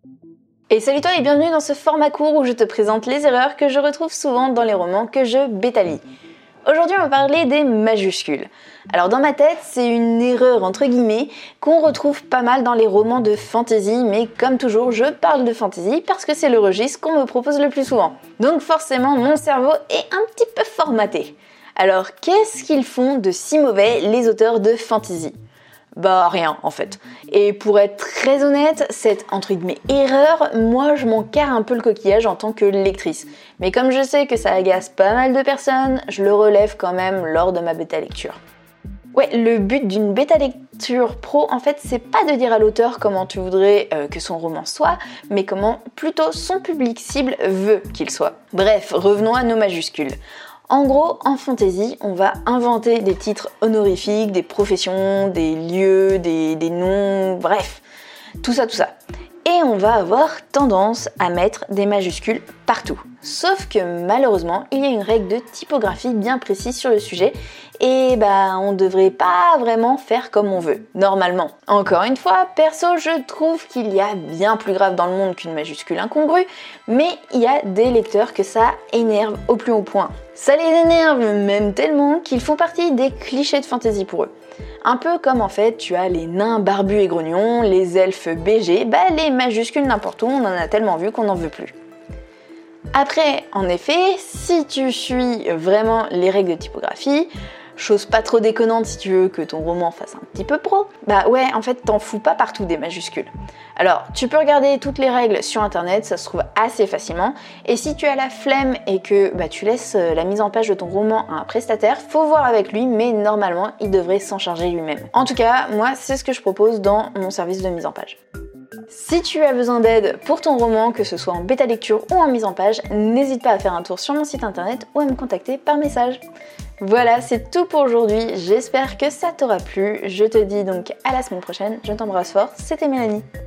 Et salut toi et bienvenue dans ce format court où je te présente les erreurs que je retrouve souvent dans les romans que je bêta-lis. Aujourd'hui on va parler des majuscules. Alors dans ma tête c'est une erreur entre guillemets qu'on retrouve pas mal dans les romans de fantasy, mais comme toujours je parle de fantasy parce que c'est le registre qu'on me propose le plus souvent. Donc forcément mon cerveau est un petit peu formaté. Alors qu'est-ce qu'ils font de si mauvais les auteurs de fantasy ? Bah rien en fait. Et pour être très honnête, cette entre guillemets erreur, moi je m'en carre un peu le coquillage en tant que lectrice. Mais comme je sais que ça agace pas mal de personnes, je le relève quand même lors de ma bêta lecture. Ouais, le but d'une bêta lecture pro, en fait, c'est pas de dire à l'auteur comment tu voudrais que son roman soit, mais comment plutôt son public cible veut qu'il soit. Bref, revenons à nos majuscules. En gros, en fantasy, on va inventer des titres honorifiques, des professions, des lieux, des noms, bref, tout ça. Et on va avoir tendance à mettre des majuscules partout. Sauf que malheureusement, il y a une règle de typographie bien précise sur le sujet et on devrait pas vraiment faire comme on veut, normalement. Encore une fois, perso, je trouve qu'il y a bien plus grave dans le monde qu'une majuscule incongrue, mais il y a des lecteurs que ça énerve au plus haut point. Ça les énerve même tellement qu'ils font partie des clichés de fantasy pour eux. Un peu comme en fait tu as les nains barbus et grognons, les elfes BG, les majuscules n'importe où, on en a tellement vu qu'on n'en veut plus. Après, en effet, si tu suis vraiment les règles de typographie, chose pas trop déconnante si tu veux que ton roman fasse un petit peu pro, en fait t'en fous pas partout des majuscules. Alors tu peux regarder toutes les règles sur internet, ça se trouve assez facilement, et si tu as la flemme et que tu laisses la mise en page de ton roman à un prestataire, faut voir avec lui, mais normalement il devrait s'en charger lui-même. En tout cas, moi c'est ce que je propose dans mon service de mise en page. Si tu as besoin d'aide pour ton roman, que ce soit en bêta lecture ou en mise en page, n'hésite pas à faire un tour sur mon site internet ou à me contacter par message. Voilà, c'est tout pour aujourd'hui, j'espère que ça t'aura plu. Je te dis donc à la semaine prochaine, je t'embrasse fort, c'était Mélanie.